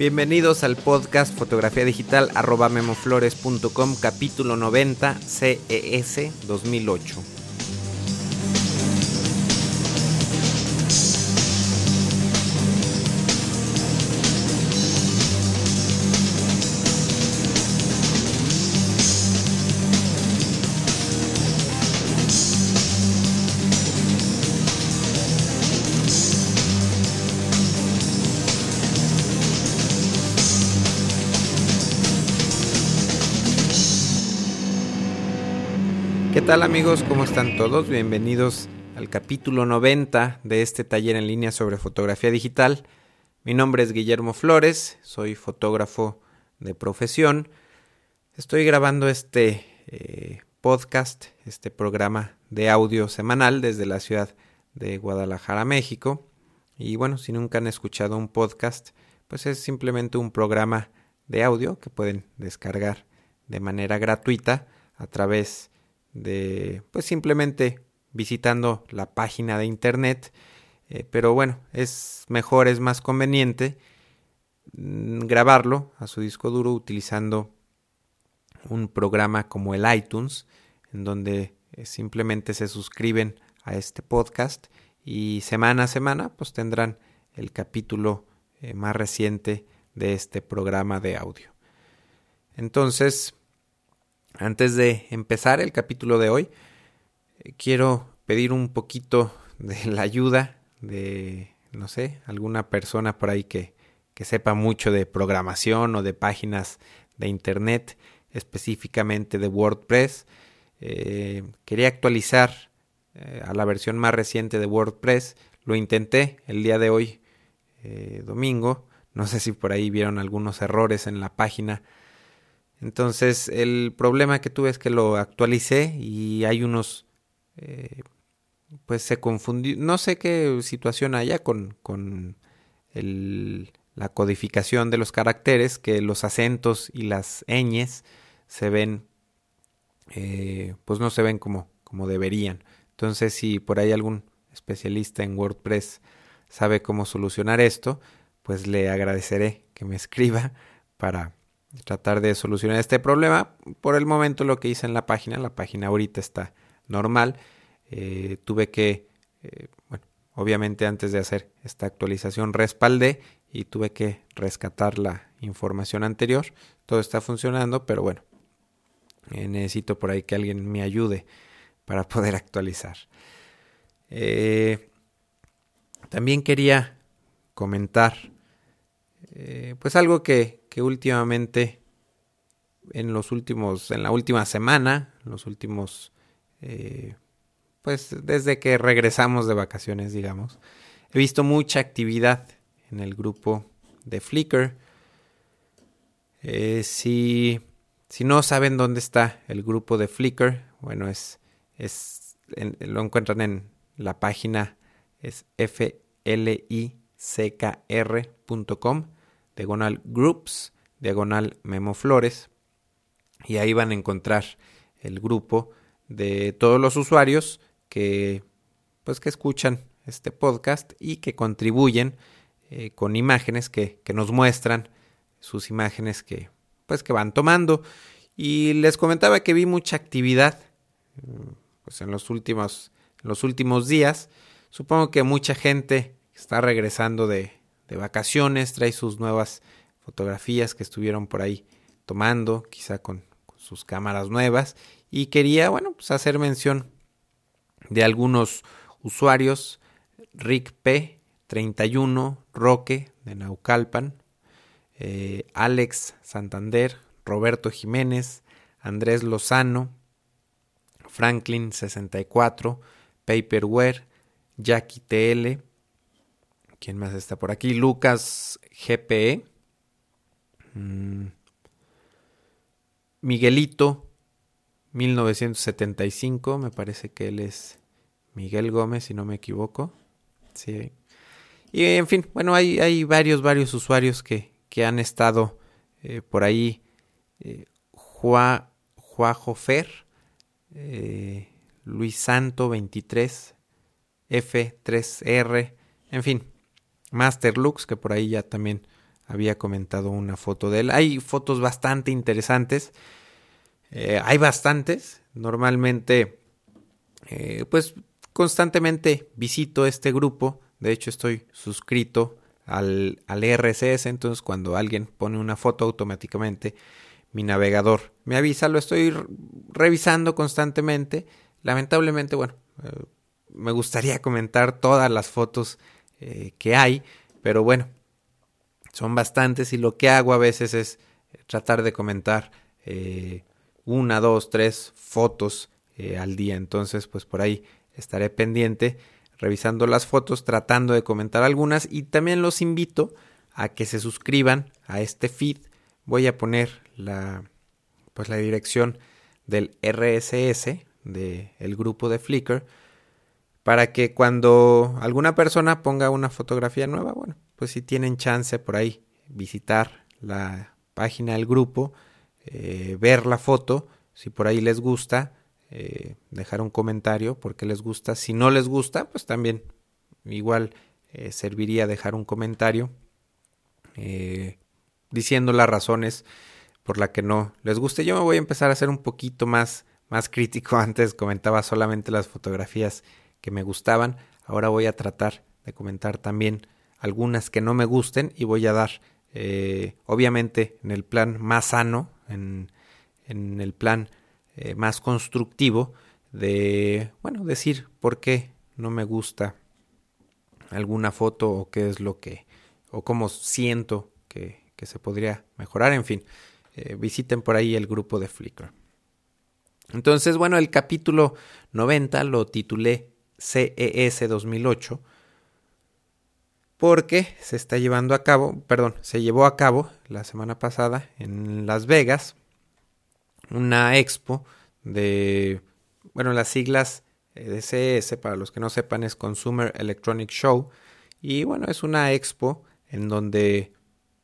Bienvenidos al podcast Fotografía Digital @memoflores.com, capítulo 90, CES 2008. ¿Qué tal amigos? ¿Cómo están todos? Bienvenidos al capítulo 90 de este taller en línea sobre fotografía digital. Mi nombre es Guillermo Flores, soy fotógrafo de profesión. Estoy grabando este podcast, este programa de audio semanal desde la ciudad de Guadalajara, México. Y bueno, si nunca han escuchado un podcast, pues es simplemente un programa de audio que pueden descargar de manera gratuita a través de, pues simplemente visitando la página de internet, pero bueno, es mejor, es más conveniente grabarlo a su disco duro utilizando un programa como el iTunes, en donde simplemente se suscriben a este podcast y semana a semana pues tendrán el capítulo más reciente de este programa de audio. Entonces, antes de empezar el capítulo de hoy, quiero pedir un poquito de la ayuda de, no sé, alguna persona por ahí que sepa mucho de programación o de páginas de internet, específicamente de WordPress. Quería actualizar a la versión más reciente de WordPress. Lo intenté el día de hoy, domingo. No sé si por ahí vieron algunos errores en la página. Entonces el problema que tuve es que lo actualicé y hay unos, pues se confundió, no sé qué situación haya con la codificación de los caracteres, que los acentos y las ñes se ven, pues no se ven como deberían. Entonces si por ahí algún especialista en WordPress sabe cómo solucionar esto, pues le agradeceré que me escriba para tratar de solucionar este problema. Por el momento lo que hice en la página ahorita está normal. Tuve que, bueno, obviamente antes de hacer esta actualización respaldé y tuve que rescatar la información anterior. Todo está funcionando, pero bueno, necesito por ahí que alguien me ayude para poder actualizar. También quería comentar pues algo que últimamente en la última semana, pues desde que regresamos de vacaciones, digamos, he visto mucha actividad en el grupo de Flickr. Si no saben dónde está el grupo de Flickr, bueno, lo encuentran en la página, es flickr.com, /groups, /memoflores, y ahí van a encontrar el grupo de todos los usuarios que escuchan este podcast y que contribuyen con imágenes que nos muestran sus imágenes que van tomando. Y les comentaba que vi mucha actividad pues en los últimos días. Supongo que mucha gente está regresando de vacaciones, trae sus nuevas fotografías que estuvieron por ahí tomando, quizá con sus cámaras nuevas, y quería, bueno, pues hacer mención de algunos usuarios: Rick P. 31, Roque de Naucalpan, Alex Santander, Roberto Jiménez, Andrés Lozano, Franklin 64, Paperware, Jackie TL, ¿quién más está por aquí? Lucas GPE, Miguelito 1975, me parece que él es Miguel Gómez, si no me equivoco. Sí. Y en fin, bueno, hay varios usuarios que han estado por ahí. Juajofer, Luis Santo 23, F3R, en fin, Masterlux, que por ahí ya también había comentado una foto de él. Hay fotos bastante interesantes. Hay bastantes. Normalmente, pues constantemente visito este grupo. De hecho, estoy suscrito al RSS. Entonces, cuando alguien pone una foto, automáticamente mi navegador me avisa. Lo estoy revisando constantemente. Lamentablemente, bueno, me gustaría comentar todas las fotos que hay, pero bueno, son bastantes y lo que hago a veces es tratar de comentar 1, 2, 3 fotos al día. Entonces, pues por ahí estaré pendiente, revisando las fotos, tratando de comentar algunas, y también los invito a que se suscriban a este feed. Voy a poner la dirección del RSS del grupo de Flickr, para que cuando alguna persona ponga una fotografía nueva, bueno, pues si tienen chance por ahí visitar la página del grupo, ver la foto, si por ahí les gusta, dejar un comentario porque les gusta. Si no les gusta, pues también igual serviría dejar un comentario diciendo las razones por las que no les guste. Yo me voy a empezar a ser un poquito más crítico. Antes comentaba solamente las fotografías que me gustaban. Ahora voy a tratar de comentar también algunas que no me gusten, y voy a dar, obviamente, en el plan más sano, en el plan más constructivo, de, bueno, decir por qué no me gusta alguna foto, o qué es lo que, o cómo siento que se podría mejorar. En fin, visiten por ahí el grupo de Flickr. Entonces, bueno, el capítulo 90 lo titulé CES 2008 porque se llevó a cabo la semana pasada en Las Vegas una expo de, bueno, las siglas de CES, para los que no sepan, es Consumer Electronic Show, y bueno, es una expo en donde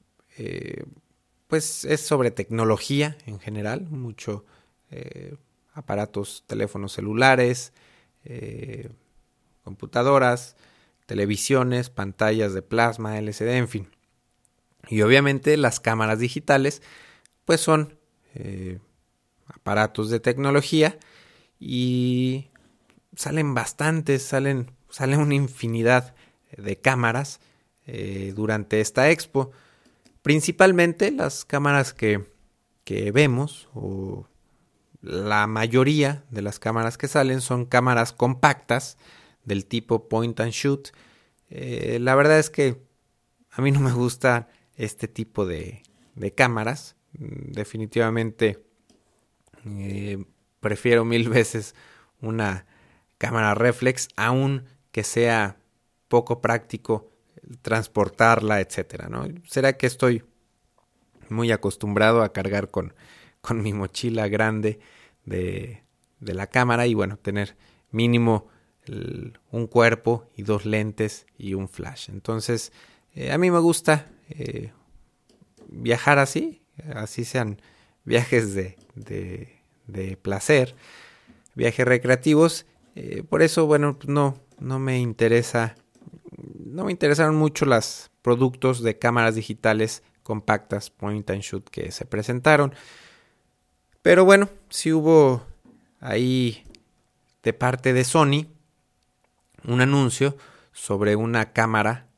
pues es sobre tecnología en general, mucho aparatos, teléfonos celulares, computadoras, televisiones, pantallas de plasma, LCD, en fin. Y obviamente las cámaras digitales pues son aparatos de tecnología, y salen bastantes, sale una infinidad de cámaras durante esta expo. Principalmente las cámaras que vemos, o la mayoría de las cámaras que salen, son cámaras compactas del tipo point and shoot. La verdad es que a mí no me gusta este tipo de cámaras. Definitivamente prefiero 1000 veces una cámara reflex, aun que sea poco práctico transportarla, etcétera, ¿no? Será que estoy muy acostumbrado a cargar con mi mochila grande de la cámara, y bueno, tener mínimo un cuerpo y 2 lentes y un flash. Entonces, a mí me gusta viajar así sean viajes de placer, viajes recreativos. Por eso, bueno, no me interesaron mucho los productos de cámaras digitales compactas point and shoot que se presentaron. Pero bueno, sí hubo ahí de parte de Sony un anuncio sobre una cámara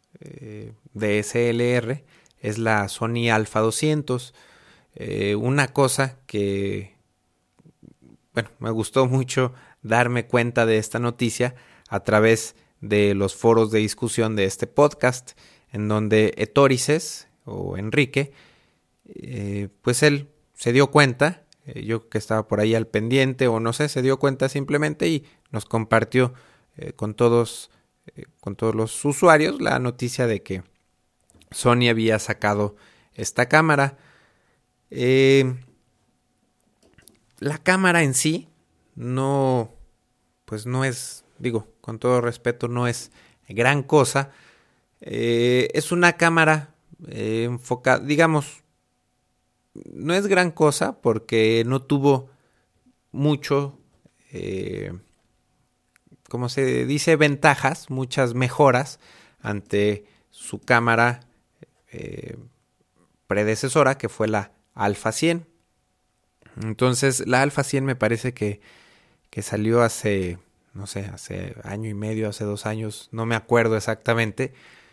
DSLR, es la Sony Alpha 200. Una cosa que, bueno, me gustó mucho darme cuenta de esta noticia a través de los foros de discusión de este podcast, en donde Etorices, o Enrique, pues él se dio cuenta, yo que estaba por ahí al pendiente, o no sé, se dio cuenta simplemente y nos compartió con todos los usuarios la noticia de que Sony había sacado esta cámara. La cámara en sí no es, digo, con todo respeto, no es gran cosa. Es una cámara enfocada, digamos, no es gran cosa porque no tuvo mucho, como se dice, ventajas, muchas mejoras ante su cámara predecesora, que fue la Alpha 100. Entonces la Alpha 100 me parece que salió hace, no sé, hace año y medio, hace 2 años, no me acuerdo exactamente.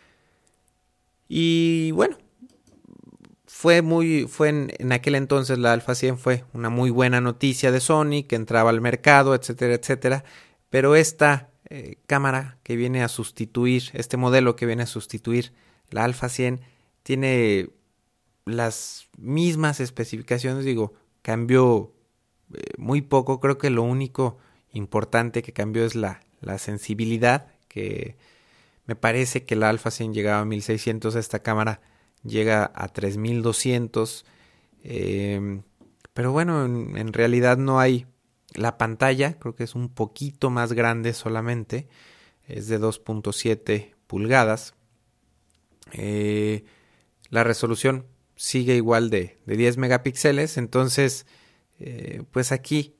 Y bueno, fue en aquel entonces la Alpha 100 fue una muy buena noticia de Sony, que entraba al mercado, etcétera, etcétera. Pero esta cámara que viene a sustituir, este modelo que viene a sustituir la Alpha 100, tiene las mismas especificaciones, digo, cambió muy poco. Creo que lo único importante que cambió es la sensibilidad, que me parece que la Alpha 100 llegaba a 1600, esta cámara llega a 3200, pero bueno, en realidad no hay. La pantalla creo que es un poquito más grande solamente, es de 2.7 pulgadas. La resolución sigue igual de 10 megapíxeles, entonces pues aquí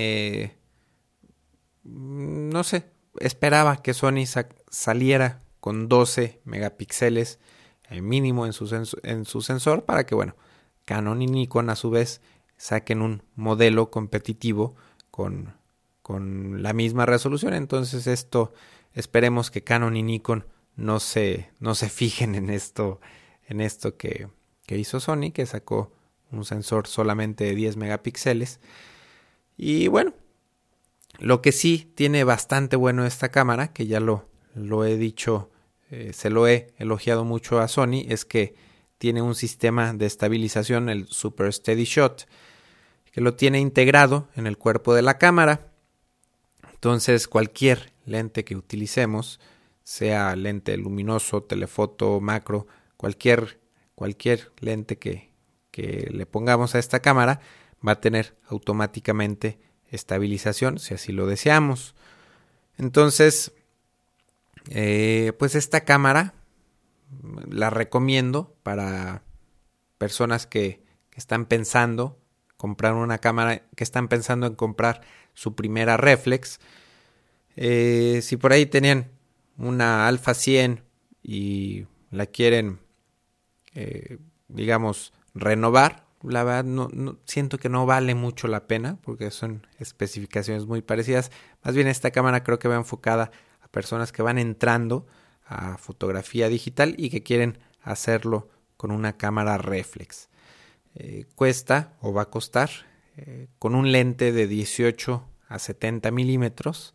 no sé, esperaba que Sony saliera con 12 megapíxeles mínimo en su sensor, para que, bueno, Canon y Nikon a su vez saquen un modelo competitivo con la misma resolución. Entonces esto, esperemos que Canon y Nikon no se fijen en esto que hizo Sony, que sacó un sensor solamente de 10 megapíxeles. Y bueno, lo que sí tiene bastante bueno esta cámara, que ya lo he dicho, se lo he elogiado mucho a Sony, es que tiene un sistema de estabilización, el Super Steady Shot, que lo tiene integrado en el cuerpo de la cámara. Entonces cualquier lente que utilicemos, sea lente luminoso, telefoto, macro, cualquier lente que le pongamos a esta cámara, va a tener automáticamente estabilización, si así lo deseamos. Entonces, pues esta cámara la recomiendo para personas que están pensando comprar una cámara, que están pensando en comprar su primera reflex. Si por ahí tenían una Alpha 100 y la quieren, digamos, renovar, la verdad no siento que no vale mucho la pena, porque son especificaciones muy parecidas. Más bien esta cámara creo que va enfocada a personas que van entrando a fotografía digital y que quieren hacerlo con una cámara reflex. Cuesta o va a costar con un lente de 18 a 70 milímetros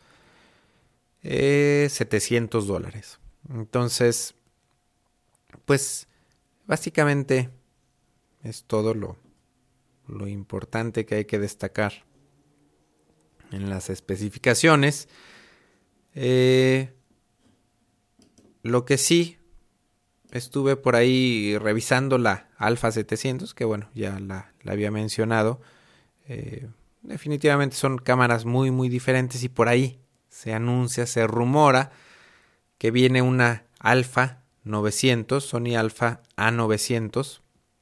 $700. Entonces, pues básicamente es todo lo importante que hay que destacar en las especificaciones. Lo que sí, estuve por ahí revisando la Alpha 700, que bueno, ya la había mencionado. Definitivamente son cámaras muy muy diferentes, y por ahí se rumora que viene una Alpha 900, Sony Alpha A900,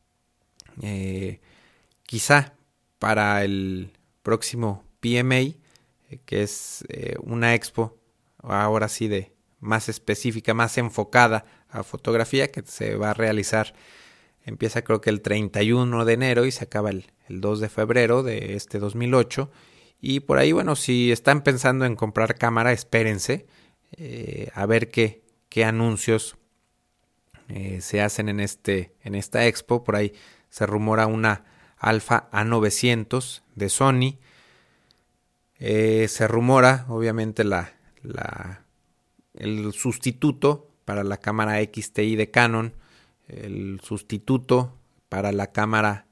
quizá para el próximo PMA, que es una expo ahora sí de más específica, más enfocada a fotografía, que se va a realizar, empieza creo que el 31 de enero y se acaba el 2 de febrero de este 2008. Y por ahí, bueno, si están pensando en comprar cámara, espérense a ver qué anuncios se hacen en esta expo. Por ahí se rumora una Alpha A900 de Sony. Se rumora, obviamente, el sustituto para la cámara XTI de Canon, el sustituto para la cámara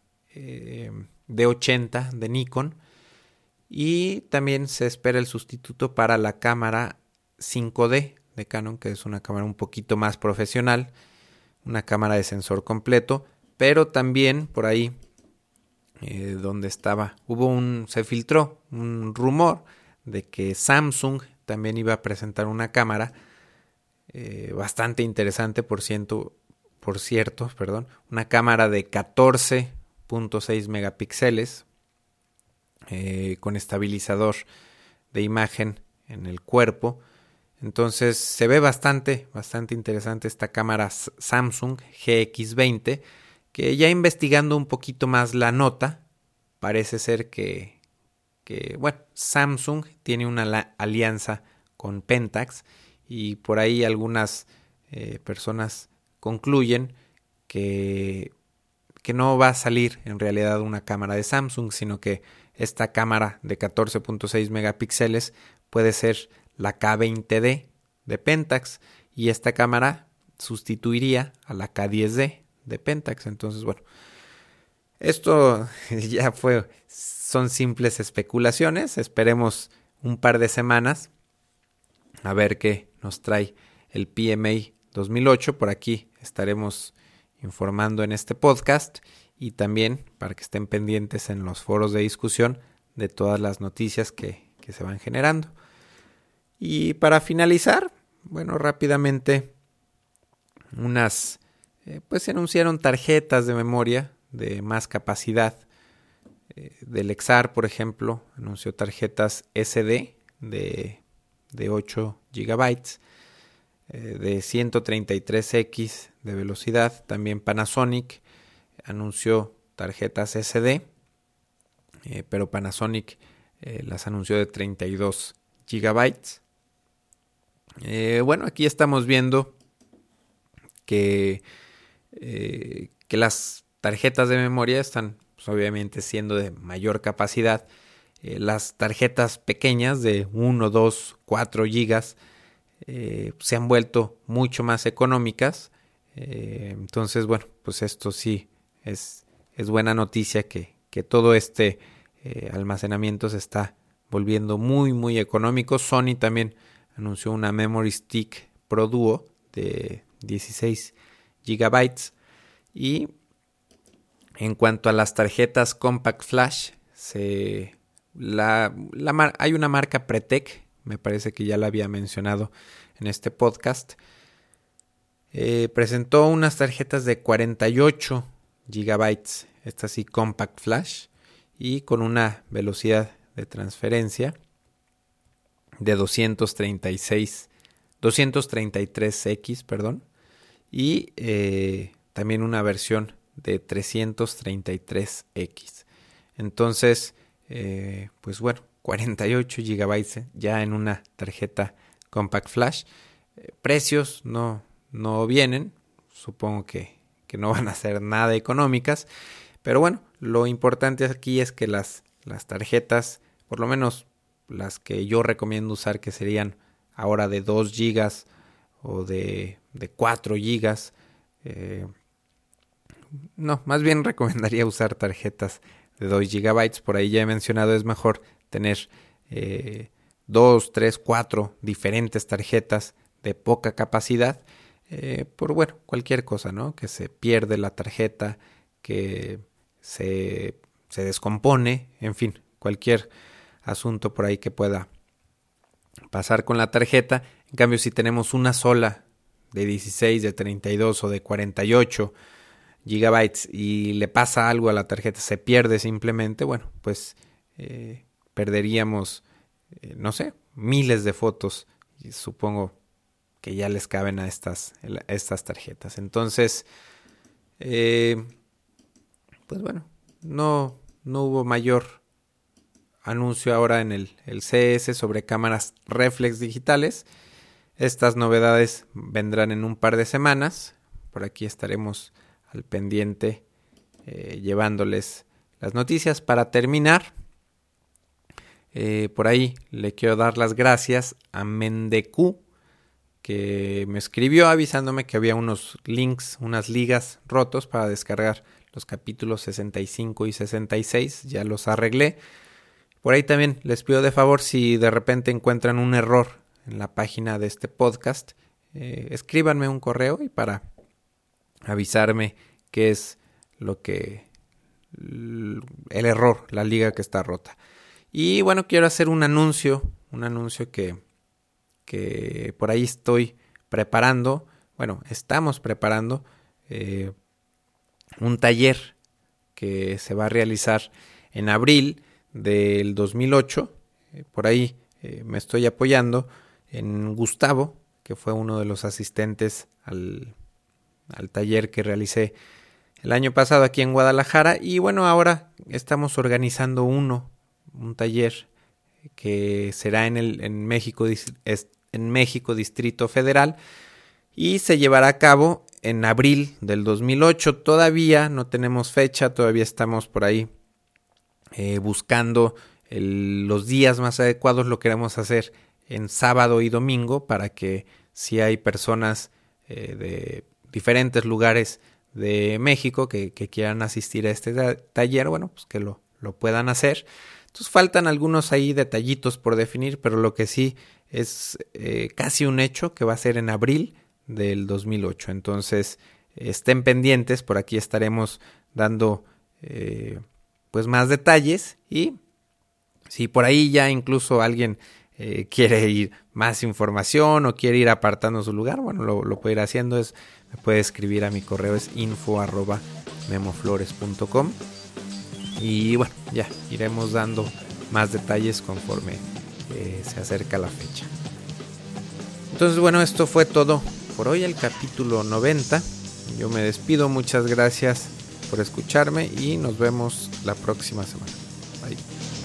D80 de Nikon, y también se espera el sustituto para la cámara 5D de Canon, que es una cámara un poquito más profesional, una cámara de sensor completo. Pero también por ahí donde estaba, se filtró un rumor de que Samsung también iba a presentar una cámara bastante interesante, por cierto, una cámara de 14.6 megapíxeles con estabilizador de imagen en el cuerpo. Entonces se ve bastante interesante esta cámara Samsung GX20, que ya investigando un poquito más la nota, parece ser que Samsung tiene una alianza con Pentax y por ahí algunas personas concluyen que no va a salir en realidad una cámara de Samsung, sino que esta cámara de 14.6 megapíxeles puede ser la K20D de Pentax y esta cámara sustituiría a la K10D de Pentax. Entonces, bueno, esto ya son simples especulaciones. Esperemos un par de semanas a ver qué nos trae el PMA 2008. Por aquí estaremos informando en este podcast y también para que estén pendientes en los foros de discusión de todas las noticias que se van generando. Y para finalizar, bueno, rápidamente se anunciaron tarjetas de memoria de más capacidad. Del Lexar, por ejemplo, anunció tarjetas SD de 8 GB, de 133X de velocidad. También Panasonic anunció tarjetas SD, pero Panasonic las anunció de 32 GB. Bueno, aquí estamos viendo que las tarjetas de memoria están pues, obviamente siendo de mayor capacidad. Las tarjetas pequeñas de 1, 2, 4 gigas se han vuelto mucho más económicas. Entonces, bueno, pues esto sí es buena noticia que todo este almacenamiento se está volviendo muy, muy económico. Sony también anunció una Memory Stick Pro Duo de 16 GB. Y en cuanto a las tarjetas Compact Flash, hay una marca Pretec, me parece que ya la había mencionado en este podcast, presentó unas tarjetas de 48 GB, estas sí Compact Flash, y con una velocidad de transferencia de 233X, y también una versión de 333X. Entonces, pues bueno, 48 GB ya en una tarjeta Compact Flash. Precios no vienen, supongo que no van a ser nada económicas, pero bueno, lo importante aquí es que las tarjetas, por lo menos las que yo recomiendo usar, que serían ahora de 2 GB o de 4 GB, no, más bien recomendaría usar tarjetas de 2 GB. Por ahí ya he mencionado, es mejor tener 2, 3, 4 diferentes tarjetas de poca capacidad por bueno, cualquier cosa, ¿no? Que se pierde la tarjeta, que se descompone, en fin, cualquier asunto por ahí que pueda pasar con la tarjeta. En cambio, si tenemos una sola de 16, de 32 o de 48 gigabytes y le pasa algo a la tarjeta, se pierde simplemente, bueno, pues perderíamos, no sé, miles de fotos, y supongo que ya les caben a estas tarjetas. Entonces, pues bueno, no hubo mayor anuncio ahora en el CES sobre cámaras reflex digitales. Estas novedades vendrán en un par de semanas. Por aquí estaremos al pendiente llevándoles las noticias. Para terminar, por ahí le quiero dar las gracias a Mendecu, que me escribió avisándome que había unos links, unas ligas rotos para descargar los capítulos 65 y 66. Ya los arreglé. Por ahí también les pido de favor, si de repente encuentran un error en la página de este podcast, escríbanme un correo y para avisarme qué es el error, la liga que está rota. Y bueno, quiero hacer un anuncio que por ahí estoy preparando, estamos preparando un taller que se va a realizar en abril del 2008, por ahí me estoy apoyando en Gustavo, que fue uno de los asistentes al taller que realicé el año pasado aquí en Guadalajara. Y bueno, ahora estamos organizando un taller que será en México, Distrito Federal, y se llevará a cabo en abril del 2008. Todavía no tenemos fecha, todavía estamos por ahí buscando los días más adecuados. Lo queremos hacer en sábado y domingo para que si hay personas de diferentes lugares de México que quieran asistir a este taller, bueno, pues que lo puedan hacer. Entonces faltan algunos ahí detallitos por definir, pero lo que sí es casi un hecho que va a ser en abril del 2008. Entonces estén pendientes, por aquí estaremos dando pues más detalles, y si por ahí ya incluso alguien quiere ir más información o quiere ir apartando su lugar, bueno, lo puede ir haciendo. Me puede escribir a mi correo, es info@memoflores.com, y bueno, ya iremos dando más detalles conforme se acerca la fecha. Entonces bueno, esto fue todo por hoy, el capítulo 90. Yo me despido, muchas gracias por escucharme y nos vemos la próxima semana. Bye.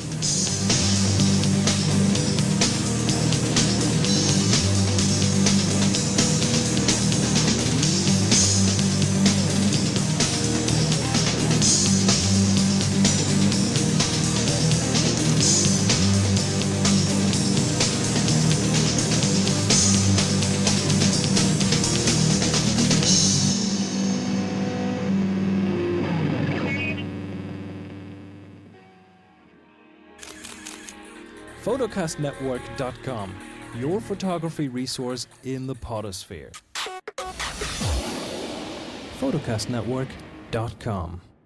Photocastnetwork.com, your photography resource in the podosphere. Photocastnetwork.com